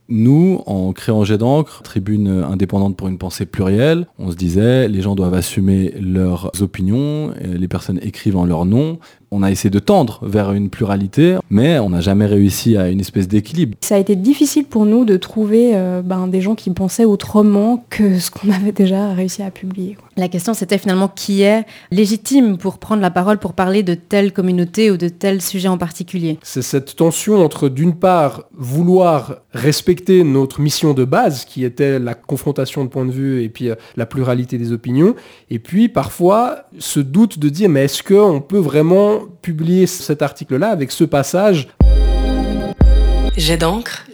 Nous, en créant Jet d'encre, tribune indépendante pour une pensée plurielle, on se disait les gens doivent assumer leurs opinions, les personnes écrivent en leur nom. On a essayé de tendre vers une pluralité, mais on n'a jamais réussi à une espèce d'équilibre. Ça a été difficile pour nous de trouver des gens qui pensaient autrement que ce qu'on avait déjà réussi à publier. La question, c'était finalement qui est légitime pour prendre la parole, pour parler de telle communauté ou de tel sujet en particulier. C'est cette tension entre, d'une part, vouloir respecter notre mission de base, qui était la confrontation de points de vue et puis la pluralité des opinions, et puis parfois ce doute de dire, mais est-ce qu'on peut vraiment publier cet article-là avec ce passage ? Jet d'encre.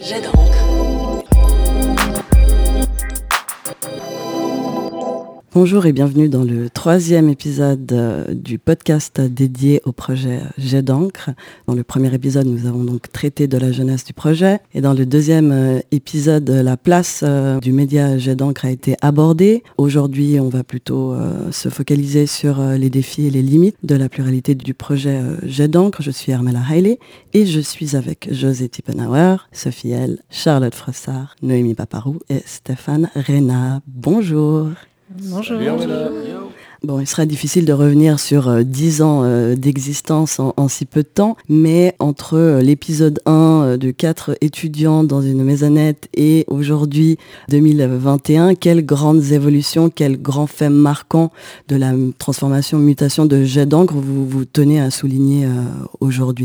Bonjour et bienvenue dans le 3e épisode du podcast dédié au projet Jet d'encre. Dans le premier épisode, nous avons donc traité de la jeunesse du projet. Et dans le deuxième épisode, la place du média Jet d'encre a été abordée. Aujourd'hui, on va plutôt se focaliser sur les défis et les limites de la pluralité du projet Jet d'encre. Je suis Armella Hailey et je suis avec José Tippenauer, Sophie L, Charlotte Frossard, Noémie Paparou et Stéphane Reyna. Bonjour. Bonjour. Bon, il sera difficile de revenir sur 10 ans d'existence en si peu de temps, mais entre l'épisode 1 de 4 étudiants dans une maisonnette et aujourd'hui 2021, quelles grandes évolutions, quels grands faits marquants de la transformation, mutation de Jet d'encre vous tenez à souligner aujourd'hui ?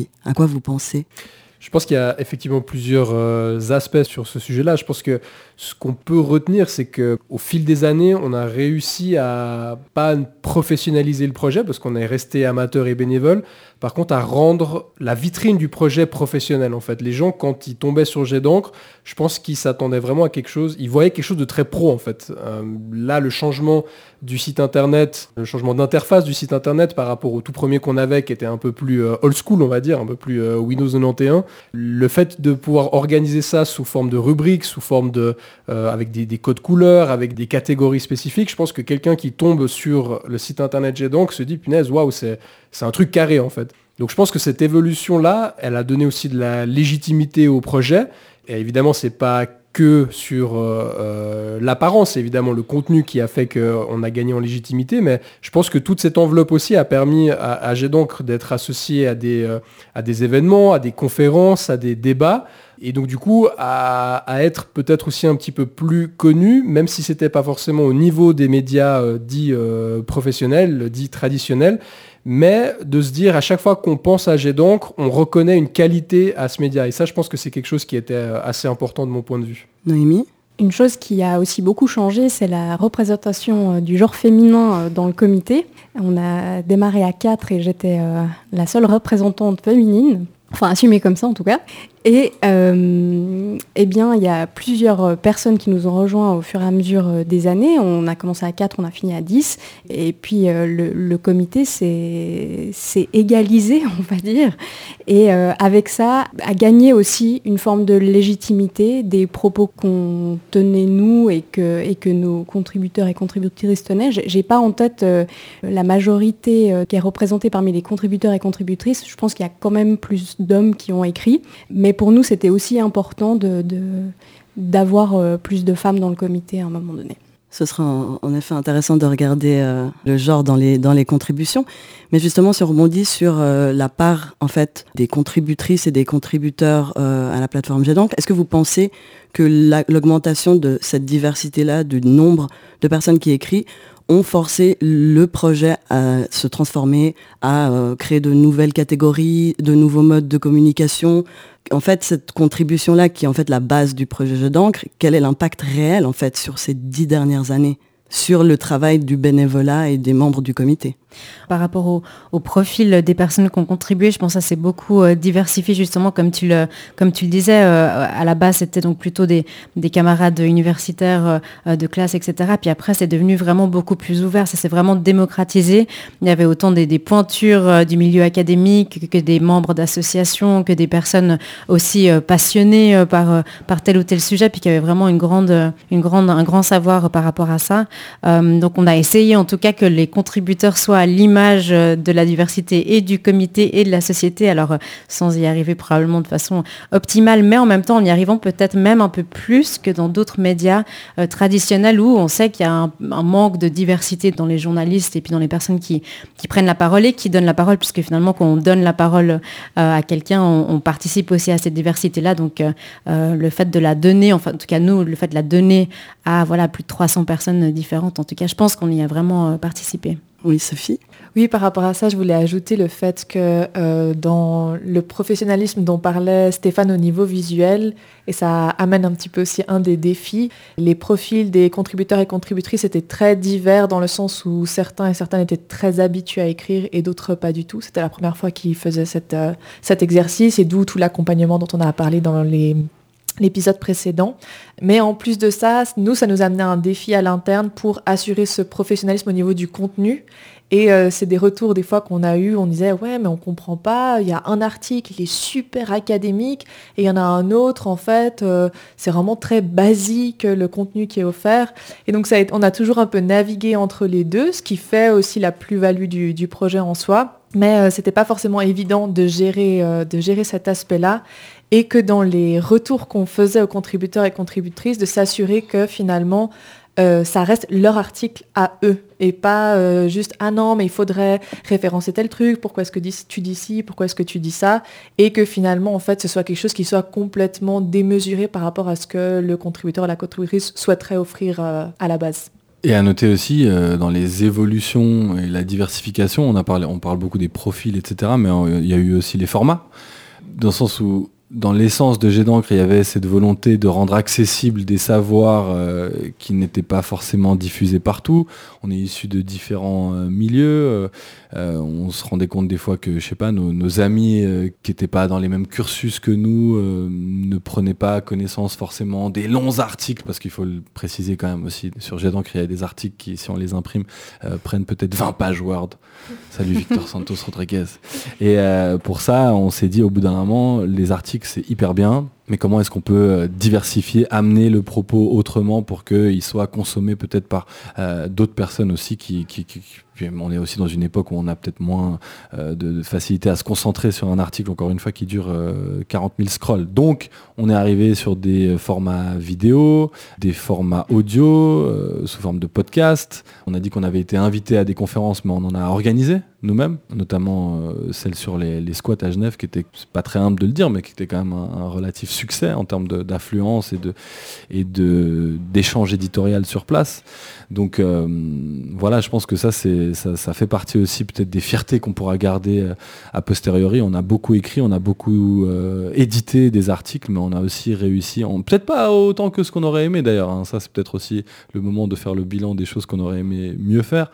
À quoi vous pensez ? Je pense qu'il y a effectivement plusieurs aspects sur ce sujet-là. Je pense que ce qu'on peut retenir, c'est qu'au fil des années, on a réussi à pas professionnaliser le projet parce qu'on est resté amateur et bénévole. Par contre, à rendre la vitrine du projet professionnel, en fait. Les gens, quand ils tombaient sur Jet d'encre, je pense qu'ils s'attendaient vraiment à quelque chose. Ils voyaient quelque chose de très pro, en fait. Là, le changement du site internet, le changement d'interface du site internet par rapport au tout premier qu'on avait, qui était un peu plus old school, on va dire, un peu plus Windows 91. Le fait de pouvoir organiser ça sous forme de rubriques, sous forme de avec des codes couleurs, avec des catégories spécifiques, je pense que quelqu'un qui tombe sur le site internet Jet d'encre se dit punaise, waouh, c'est un truc carré en fait. Donc je pense que cette évolution-là, elle a donné aussi de la légitimité au projet. Et évidemment, c'est pas que sur l'apparence, c'est évidemment le contenu qui a fait qu'on a gagné en légitimité, mais je pense que toute cette enveloppe aussi a permis à Jet d'encre d'être associé à des événements, à des conférences, à des débats, et donc du coup à être peut-être aussi un petit peu plus connu, même si c'était pas forcément au niveau des médias dits professionnels, dits traditionnels, mais de se dire à chaque fois qu'on pense à Jet d'encre, on reconnaît une qualité à ce média. Et ça, je pense que c'est quelque chose qui était assez important de mon point de vue. Noémie ? Une chose qui a aussi beaucoup changé, c'est la représentation du genre féminin dans le comité. On a démarré à 4 et j'étais la seule représentante féminine, enfin assumée comme ça en tout cas. Et eh bien, il y a plusieurs personnes qui nous ont rejoints au fur et à mesure des années. On a commencé à 4, on a fini à 10. Et puis, le comité s'est égalisé, on va dire. Et avec ça, a gagné aussi une forme de légitimité des propos qu'on tenait nous et que nos contributeurs et contributrices tenaient. J'ai pas en tête la majorité qui est représentée parmi les contributeurs et contributrices. Je pense qu'il y a quand même plus d'hommes qui ont écrit. Mais pour nous, c'était aussi important d'avoir plus de femmes dans le comité à un moment donné. Ce sera en effet intéressant de regarder le genre dans les contributions. Mais justement, si on rebondit sur la part en fait, des contributrices et des contributeurs à la plateforme Jet d'encre, est-ce que vous pensez que l'augmentation de cette diversité-là, du nombre de personnes qui écrivent, ont forcé le projet à se transformer, à créer de nouvelles catégories, de nouveaux modes de communication? En fait, cette contribution-là, qui est en fait la base du projet Jet d'encre, quel est l'impact réel en fait sur ces 10 dernières années sur le travail du bénévolat et des membres du comité? Par rapport au profil des personnes qui ont contribué, je pense que ça s'est beaucoup diversifié justement, comme tu le disais. À la base, c'était donc plutôt des camarades universitaires de classe, etc. Puis après, c'est devenu vraiment beaucoup plus ouvert. Ça s'est vraiment démocratisé. Il y avait autant des pointures du milieu académique que des membres d'associations, que des personnes aussi passionnées par tel ou tel sujet, puis qu'il y avait vraiment un grand savoir par rapport à ça. Donc on a essayé en tout cas que les contributeurs soient à l'image de la diversité et du comité et de la société, alors sans y arriver probablement de façon optimale, mais en même temps en y arrivant peut-être même un peu plus que dans d'autres médias traditionnels où on sait qu'il y a un manque de diversité dans les journalistes et puis dans les personnes qui prennent la parole et qui donnent la parole, puisque finalement quand on donne la parole à quelqu'un, on participe aussi à cette diversité-là. Donc le fait de la donner, enfin en tout cas nous, le fait de la donner à plus de 300 personnes différentes, en tout cas je pense qu'on y a vraiment participé. Oui, Sophie? Oui, par rapport à ça, je voulais ajouter le fait que dans le professionnalisme dont parlait Stéphane au niveau visuel, et ça amène un petit peu aussi un des défis, les profils des contributeurs et contributrices étaient très divers dans le sens où certains et certaines étaient très habitués à écrire et d'autres pas du tout. C'était la première fois qu'ils faisaient cet exercice et d'où tout l'accompagnement dont on a parlé dans l'épisode précédent. Mais en plus de ça, ça nous amenait un défi à l'interne pour assurer ce professionnalisme au niveau du contenu. Et c'est des retours des fois qu'on a eu, on disait ouais mais on comprend pas, il y a un article, il est super académique et il y en a un autre en fait, c'est vraiment très basique le contenu qui est offert. Et donc on a toujours un peu navigué entre les deux, ce qui fait aussi la plus-value du projet en soi. Mais c'était pas forcément évident de gérer cet aspect-là. Et que dans les retours qu'on faisait aux contributeurs et contributrices, de s'assurer que finalement ça reste leur article à eux et pas juste « Ah non, mais il faudrait référencer tel truc, pourquoi est-ce que tu dis ci, pourquoi est-ce que tu dis ça ?» et que finalement, en fait, ce soit quelque chose qui soit complètement démesuré par rapport à ce que le contributeur et la contributrice souhaiterait offrir à la base. Et à noter aussi, dans les évolutions et la diversification, on parle beaucoup des profils, etc., mais il y a eu aussi les formats, dans le sens où dans l'essence de Jet d'encre, il y avait cette volonté de rendre accessibles des savoirs qui n'étaient pas forcément diffusés partout. On est issus de différents milieux. On se rendait compte des fois que, je sais pas, nos amis qui n'étaient pas dans les mêmes cursus que nous ne prenaient pas connaissance forcément des longs articles, parce qu'il faut le préciser quand même aussi, sur Jet d'encre, il y a des articles qui, si on les imprime, prennent peut-être 20 pages Word. Salut Victor Santos Rodriguez. Et pour ça, on s'est dit au bout d'un moment, les articles c'est hyper bien, mais comment est-ce qu'on peut diversifier, amener le propos autrement pour qu'il soit consommé peut-être par d'autres personnes aussi on est aussi dans une époque où on a peut-être moins de facilité à se concentrer sur un article, encore une fois, qui dure 40 000 scrolls. Donc, on est arrivé sur des formats vidéo, des formats audio, sous forme de podcast. On a dit qu'on avait été invité à des conférences, mais on en a organisé nous-mêmes, notamment celle sur les squats à Genève, qui était, c'est pas très humble de le dire, mais qui était quand même un relatif succès en termes d'affluence et d'échange éditorial sur place. Donc voilà, je pense que ça fait partie aussi peut-être des fiertés qu'on pourra garder a posteriori. On a beaucoup écrit, on a beaucoup édité des articles, mais on a aussi réussi, peut-être pas autant que ce qu'on aurait aimé d'ailleurs, hein. Ça c'est peut-être aussi le moment de faire le bilan des choses qu'on aurait aimé mieux faire.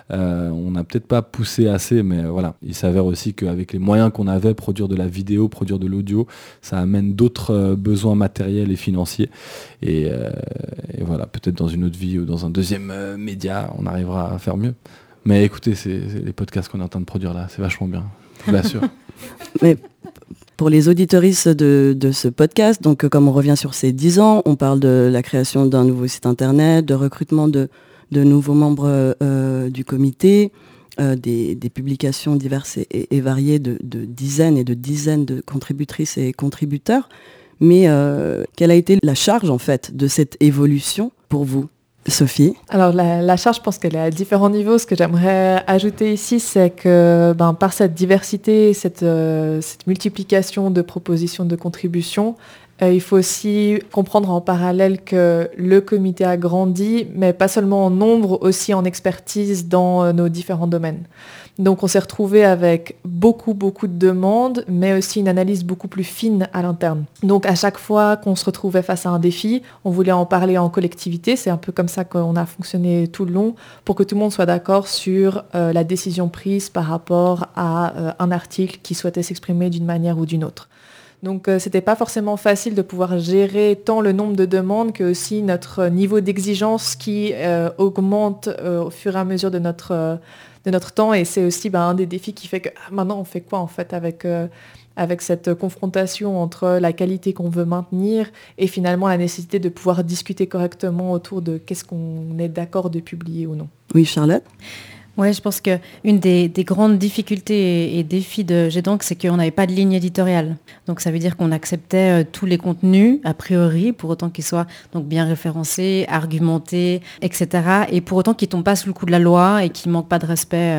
On n'a peut-être pas poussé assez, mais voilà, il s'avère aussi qu'avec les moyens qu'on avait, produire de la vidéo, produire de l'audio, ça amène d'autres besoins matériels et financiers. Et voilà, peut-être dans une autre vie ou dans un deuxième média, on arrivera à faire mieux. Mais écoutez, c'est les podcasts qu'on est en train de produire là, c'est vachement bien, je vous l'assure. Mais pour les auditeuristes de ce podcast, donc comme on revient sur ces 10 ans, on parle de la création d'un nouveau site internet, de recrutement de nouveaux membres du comité, des publications diverses et variées de dizaines et de dizaines de contributrices et contributeurs. Mais quelle a été la charge en fait de cette évolution pour vous, Sophie? Alors la charge, je pense qu'elle est à différents niveaux. Ce que j'aimerais ajouter ici, c'est que par cette diversité, cette multiplication de propositions de contributions, il faut aussi comprendre en parallèle que le comité a grandi, mais pas seulement en nombre, aussi en expertise dans nos différents domaines. Donc on s'est retrouvé avec beaucoup de demandes, mais aussi une analyse beaucoup plus fine à l'interne. Donc à chaque fois qu'on se retrouvait face à un défi, on voulait en parler en collectivité. C'est un peu comme ça qu'on a fonctionné tout le long, pour que tout le monde soit d'accord sur la décision prise par rapport à un article qui souhaitait s'exprimer d'une manière ou d'une autre. Donc c'était pas forcément facile de pouvoir gérer tant le nombre de demandes que aussi notre niveau d'exigence qui augmente au fur et à mesure de notre temps, et c'est aussi un des défis qui fait que maintenant on fait quoi en fait avec avec cette confrontation entre la qualité qu'on veut maintenir et finalement la nécessité de pouvoir discuter correctement autour de qu'est-ce qu'on est d'accord de publier ou non. Oui, Charlotte ? Oui, je pense qu'une des grandes difficultés et défis de GEDANC, c'est qu'on n'avait pas de ligne éditoriale. Donc ça veut dire qu'on acceptait tous les contenus, a priori, pour autant qu'ils soient donc bien référencés, argumentés, etc. Et pour autant qu'ils ne tombent pas sous le coup de la loi et qu'ils ne manquent pas de respect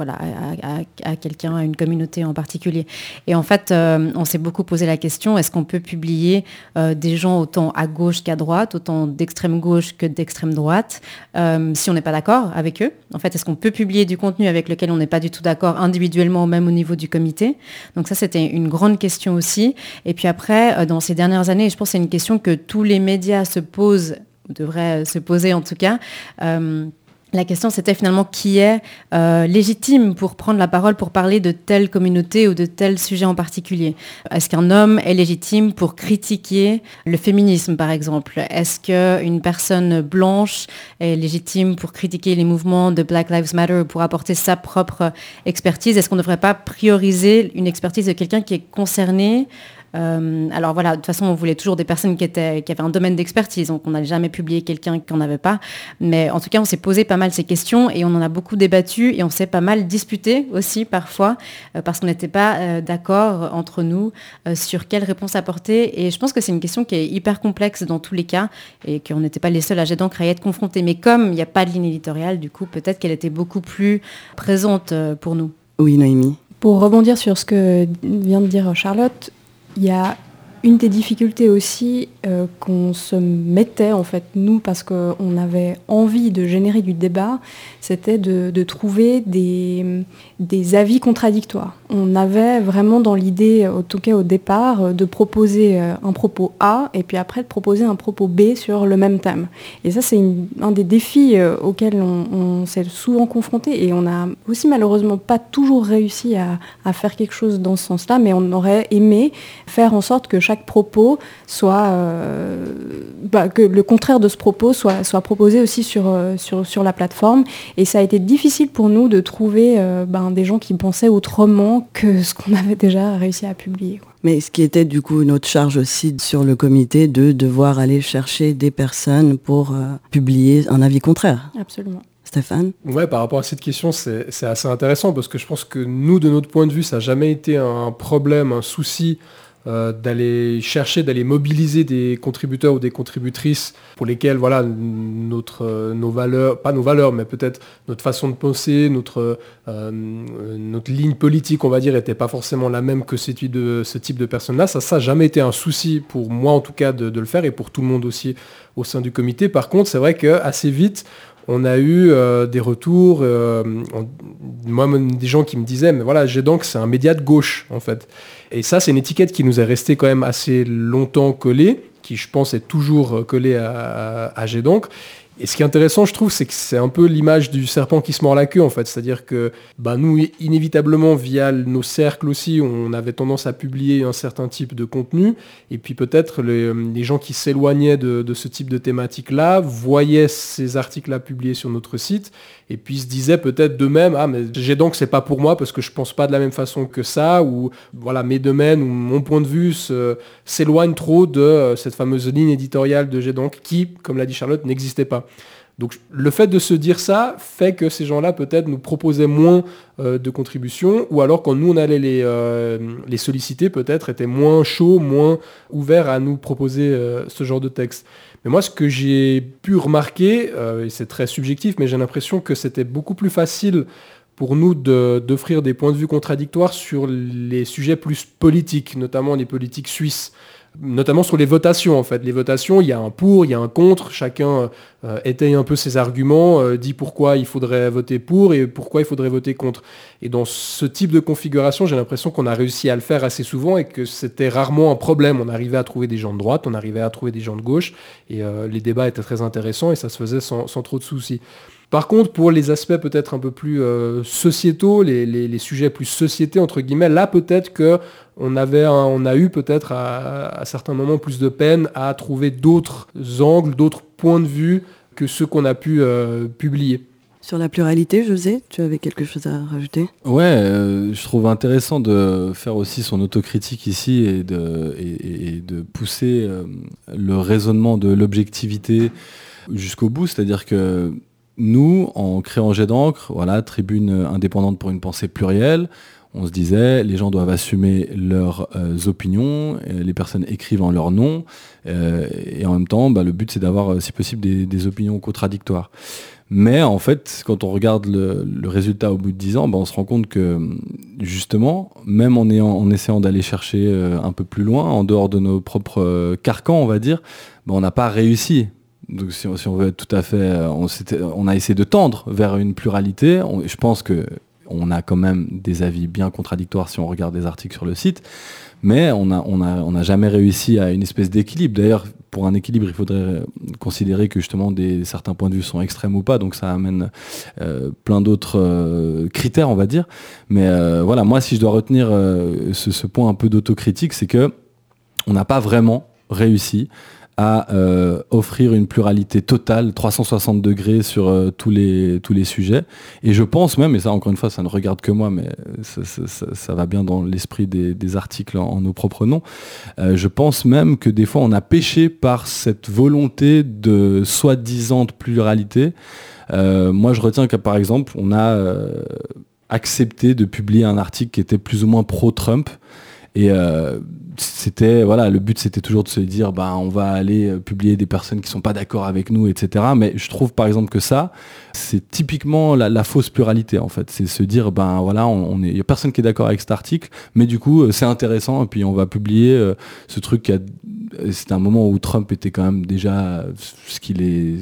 à quelqu'un, à une communauté en particulier. Et en fait, on s'est beaucoup posé la question, est-ce qu'on peut publier des gens autant à gauche qu'à droite, autant d'extrême gauche que d'extrême droite, si on n'est pas d'accord avec eux ? En fait, est-ce qu'on peut publier du contenu avec lequel on n'est pas du tout d'accord individuellement ou même au niveau du comité. Donc ça, c'était une grande question aussi. Et puis après, dans ces dernières années, je pense que c'est une question que tous les médias se posent, ou devraient se poser en tout cas. La question, c'était finalement qui est légitime pour prendre la parole, pour parler de telle communauté ou de tel sujet en particulier. Est-ce qu'un homme est légitime pour critiquer le féminisme, par exemple ? Est-ce qu'une personne blanche est légitime pour critiquer les mouvements de Black Lives Matter ou pour apporter sa propre expertise ? Est-ce qu'on ne devrait pas prioriser une expertise de quelqu'un qui est concerné ? Alors voilà, de toute façon, on voulait toujours des personnes qui avaient un domaine d'expertise, donc on n'a jamais publié quelqu'un qui n'en avait pas. Mais en tout cas, on s'est posé pas mal ces questions et on en a beaucoup débattu et on s'est pas mal disputé aussi parfois parce qu'on n'était pas d'accord entre nous sur quelle réponse apporter. Et je pense que c'est une question qui est hyper complexe dans tous les cas et qu'on n'était pas les seuls à GEDANC à y être confrontés. Mais comme il n'y a pas de ligne éditoriale, du coup, peut-être qu'elle était beaucoup plus présente pour nous. Oui, Noémie. Pour rebondir sur ce que vient de dire Charlotte, il y a une des difficultés aussi qu'on se mettait, en fait, nous, parce qu'on avait envie de générer du débat, c'était de trouver des avis contradictoires. On avait vraiment dans l'idée, en tout cas au départ, de proposer un propos A et puis après de proposer un propos B sur le même thème. Et ça, c'est un des défis auxquels on s'est souvent confronté et on n'a aussi malheureusement pas toujours réussi à faire quelque chose dans ce sens-là, mais on aurait aimé faire en sorte que chaque propos soit... que le contraire de ce propos soit proposé aussi sur la plateforme. Et ça a été difficile pour nous de trouver des gens qui pensaient autrement que ce qu'on avait déjà réussi à publier, quoi. Mais ce qui était du coup notre charge aussi sur le comité de devoir aller chercher des personnes pour publier un avis contraire. Absolument. Stéphane ? Ouais, par rapport à cette question, c'est assez intéressant parce que je pense que nous, de notre point de vue, ça n'a jamais été un problème, un souci d'aller mobiliser des contributeurs ou des contributrices pour lesquels voilà nos valeurs, pas nos valeurs, mais peut-être notre façon de penser, notre ligne politique, on va dire, n'était pas forcément la même que ce type de personnes-là. Ça n'a jamais été un souci pour moi en tout cas de le faire et pour tout le monde aussi au sein du comité. Par contre, c'est vrai qu'assez vite, on a eu des retours, des gens qui me disaient, mais voilà, GEDANC, c'est un média de gauche, en fait. Et ça, c'est une étiquette qui nous est restée quand même assez longtemps collée, qui, je pense, est toujours collée à GEDANC. Et ce qui est intéressant, je trouve, c'est que c'est un peu l'image du serpent qui se mord la queue, en fait. C'est-à-dire que nous, inévitablement, via nos cercles aussi, on avait tendance à publier un certain type de contenu. Et puis peut-être les gens qui s'éloignaient de ce type de thématique-là voyaient ces articles-là publiés sur notre site et puis se disaient peut-être d'eux-mêmes, ah, mais GEDANC, c'est pas pour moi parce que je pense pas de la même façon que ça, ou voilà, mes domaines ou mon point de vue s'éloigne trop de cette fameuse ligne éditoriale de GEDANC qui, comme l'a dit Charlotte, n'existait pas. Donc le fait de se dire ça fait que ces gens-là peut-être nous proposaient moins de contributions, ou alors quand nous on allait les solliciter, peut-être étaient moins chauds, moins ouverts à nous proposer ce genre de texte. Mais moi ce que j'ai pu remarquer, et c'est très subjectif, mais j'ai l'impression que c'était beaucoup plus facile pour nous d'offrir des points de vue contradictoires sur les sujets plus politiques, notamment les politiques suisses. Notamment sur les votations en fait. Les votations, il y a un pour, il y a un contre, chacun étaye un peu ses arguments, dit pourquoi il faudrait voter pour et pourquoi il faudrait voter contre. Et dans ce type de configuration, j'ai l'impression qu'on a réussi à le faire assez souvent et que c'était rarement un problème. On arrivait à trouver des gens de droite, on arrivait à trouver des gens de gauche et les débats étaient très intéressants et ça se faisait sans trop de soucis. Par contre, pour les aspects peut-être un peu plus sociétaux, les sujets plus sociétés, entre guillemets, là peut-être qu'on a eu peut-être à certains moments plus de peine à trouver d'autres angles, d'autres points de vue que ceux qu'on a pu publier. Sur la pluralité, José, tu avais quelque chose à rajouter ? Ouais, je trouve intéressant de faire aussi son autocritique ici et de pousser le raisonnement de l'objectivité jusqu'au bout. C'est-à-dire que nous, en créant Jet d'encre, voilà, tribune indépendante pour une pensée plurielle, on se disait, les gens doivent assumer leurs opinions, les personnes écrivent en leur nom, et en même temps, le but c'est d'avoir, si possible, des opinions contradictoires. Mais en fait, quand on regarde le résultat au bout de 10 ans, on se rend compte que justement, même en essayant d'aller chercher un peu plus loin, en dehors de nos propres carcans, on va dire, on n'a pas réussi. Donc si on veut être tout à fait... on a essayé de tendre vers une pluralité. Je pense qu'on a quand même des avis bien contradictoires si on regarde des articles sur le site, mais on n'a jamais réussi à une espèce d'équilibre. D'ailleurs, pour un équilibre, il faudrait considérer que justement certains points de vue sont extrêmes ou pas, donc ça amène plein d'autres critères, on va dire. Mais voilà, moi, si je dois retenir ce point un peu d'autocritique, c'est que on n'a pas vraiment réussi à offrir une pluralité totale, 360 degrés sur tous les sujets. Et je pense même, et ça encore une fois, ça ne regarde que moi, mais ça va bien dans l'esprit des articles en nos propres noms, je pense même que des fois on a péché par cette volonté de soi-disant pluralité. Moi je retiens que par exemple, on a accepté de publier un article qui était plus ou moins pro-Trump. Et le but c'était toujours de se dire on va aller publier des personnes qui sont pas d'accord avec nous, etc. Mais je trouve par exemple que ça, c'est typiquement la fausse pluralité en fait. C'est se dire il y a personne qui est d'accord avec cet article, mais du coup c'est intéressant et puis on va publier ce truc c'était un moment où Trump était quand même déjà il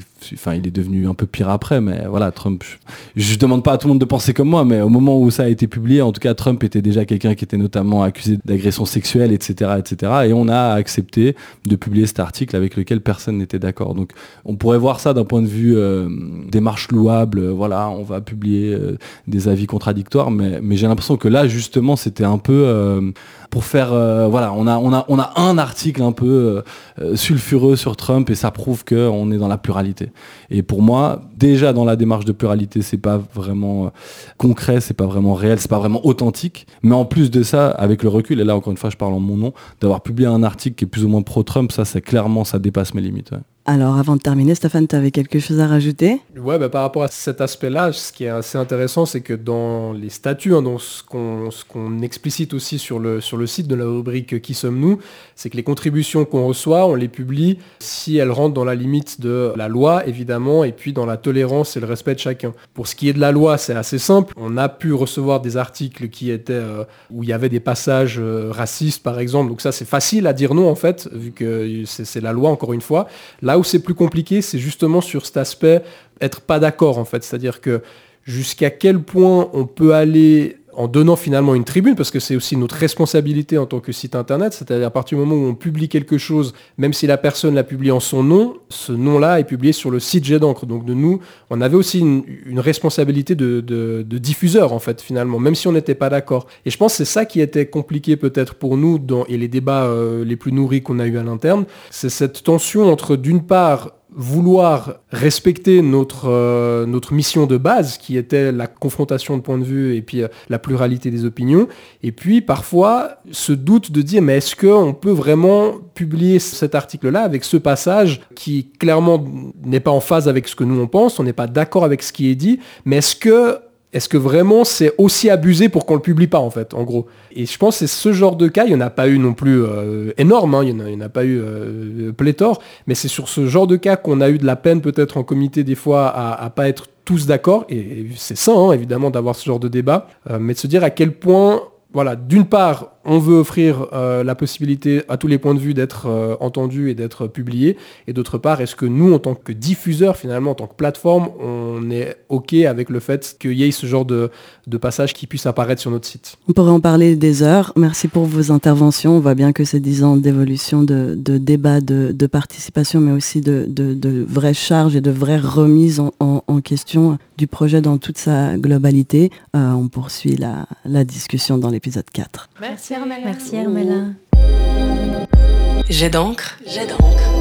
est devenu un peu pire après, mais voilà, Trump, je demande pas à tout le monde de penser comme moi, mais au moment où ça a été publié, en tout cas, Trump était déjà quelqu'un qui était notamment accusé d'agression sexuelle, etc., et on a accepté de publier cet article avec lequel personne n'était d'accord. Donc, on pourrait voir ça d'un point de vue démarche louable, on va publier des avis contradictoires, mais j'ai l'impression que là, justement, c'était un peu pour faire, on a un article un peu sulfureux sur Trump et ça prouve qu'on est dans la pluralité. Et pour moi, déjà dans la démarche de pluralité, c'est pas vraiment concret, c'est pas vraiment réel, c'est pas vraiment authentique. Mais en plus de ça, avec le recul, et là encore une fois je parle en mon nom, d'avoir publié un article qui est plus ou moins pro-Trump, ça dépasse mes limites. Ouais. Alors avant de terminer, Stéphane, tu avais quelque chose à rajouter ? Ouais, par rapport à cet aspect-là, ce qui est assez intéressant, c'est que dans les statuts, dans ce qu'on explicite aussi sur le site de la rubrique Qui sommes-nous, c'est que les contributions qu'on reçoit, on les publie si elles rentrent dans la limite de la loi, évidemment, et puis dans la tolérance et le respect de chacun. Pour ce qui est de la loi, c'est assez simple. On a pu recevoir des articles qui étaient où il y avait des passages racistes, par exemple. Donc ça, c'est facile à dire non, en fait, vu que c'est la loi, encore une fois. Là où c'est plus compliqué, c'est justement sur cet aspect être pas d'accord, en fait. C'est-à-dire que jusqu'à quel point on peut aller en donnant finalement une tribune, parce que c'est aussi notre responsabilité en tant que site internet, c'est-à-dire à partir du moment où on publie quelque chose, même si la personne l'a publié en son nom, ce nom-là est publié sur le site Jet d'encre. Donc de nous, on avait aussi une responsabilité de diffuseur en fait finalement, même si on n'était pas d'accord. Et je pense que c'est ça qui était compliqué peut-être pour nous et les débats les plus nourris qu'on a eu à l'interne, c'est cette tension entre d'une part vouloir respecter notre mission de base qui était la confrontation de points de vue et puis la pluralité des opinions, et puis parfois ce doute de dire mais est-ce qu'on peut vraiment publier cet article-là avec ce passage qui clairement n'est pas en phase avec ce que nous on pense, on n'est pas d'accord avec ce qui est dit, mais est-ce que vraiment c'est aussi abusé pour qu'on le publie pas en fait, en gros. Et je pense que c'est ce genre de cas, il n'y en a pas eu non plus énorme, il n'y en a pas eu pléthore, mais c'est sur ce genre de cas qu'on a eu de la peine peut-être en comité des fois à pas être tous d'accord, et c'est sain évidemment d'avoir ce genre de débat, mais de se dire à quel point, d'une part, on veut offrir la possibilité à tous les points de vue d'être entendus et d'être publiés. Et d'autre part, est-ce que nous, en tant que diffuseurs, finalement, en tant que plateforme, on est OK avec le fait qu'il y ait ce genre de passage qui puisse apparaître sur notre site ? On pourrait en parler des heures. Merci pour vos interventions. On voit bien que c'est 10 ans d'évolution, de débat, de participation, mais aussi de vraies charges et de vraies remises en question du projet dans toute sa globalité. On poursuit la discussion dans l'épisode 4. Merci. Merci Hermela. Jet d'encre.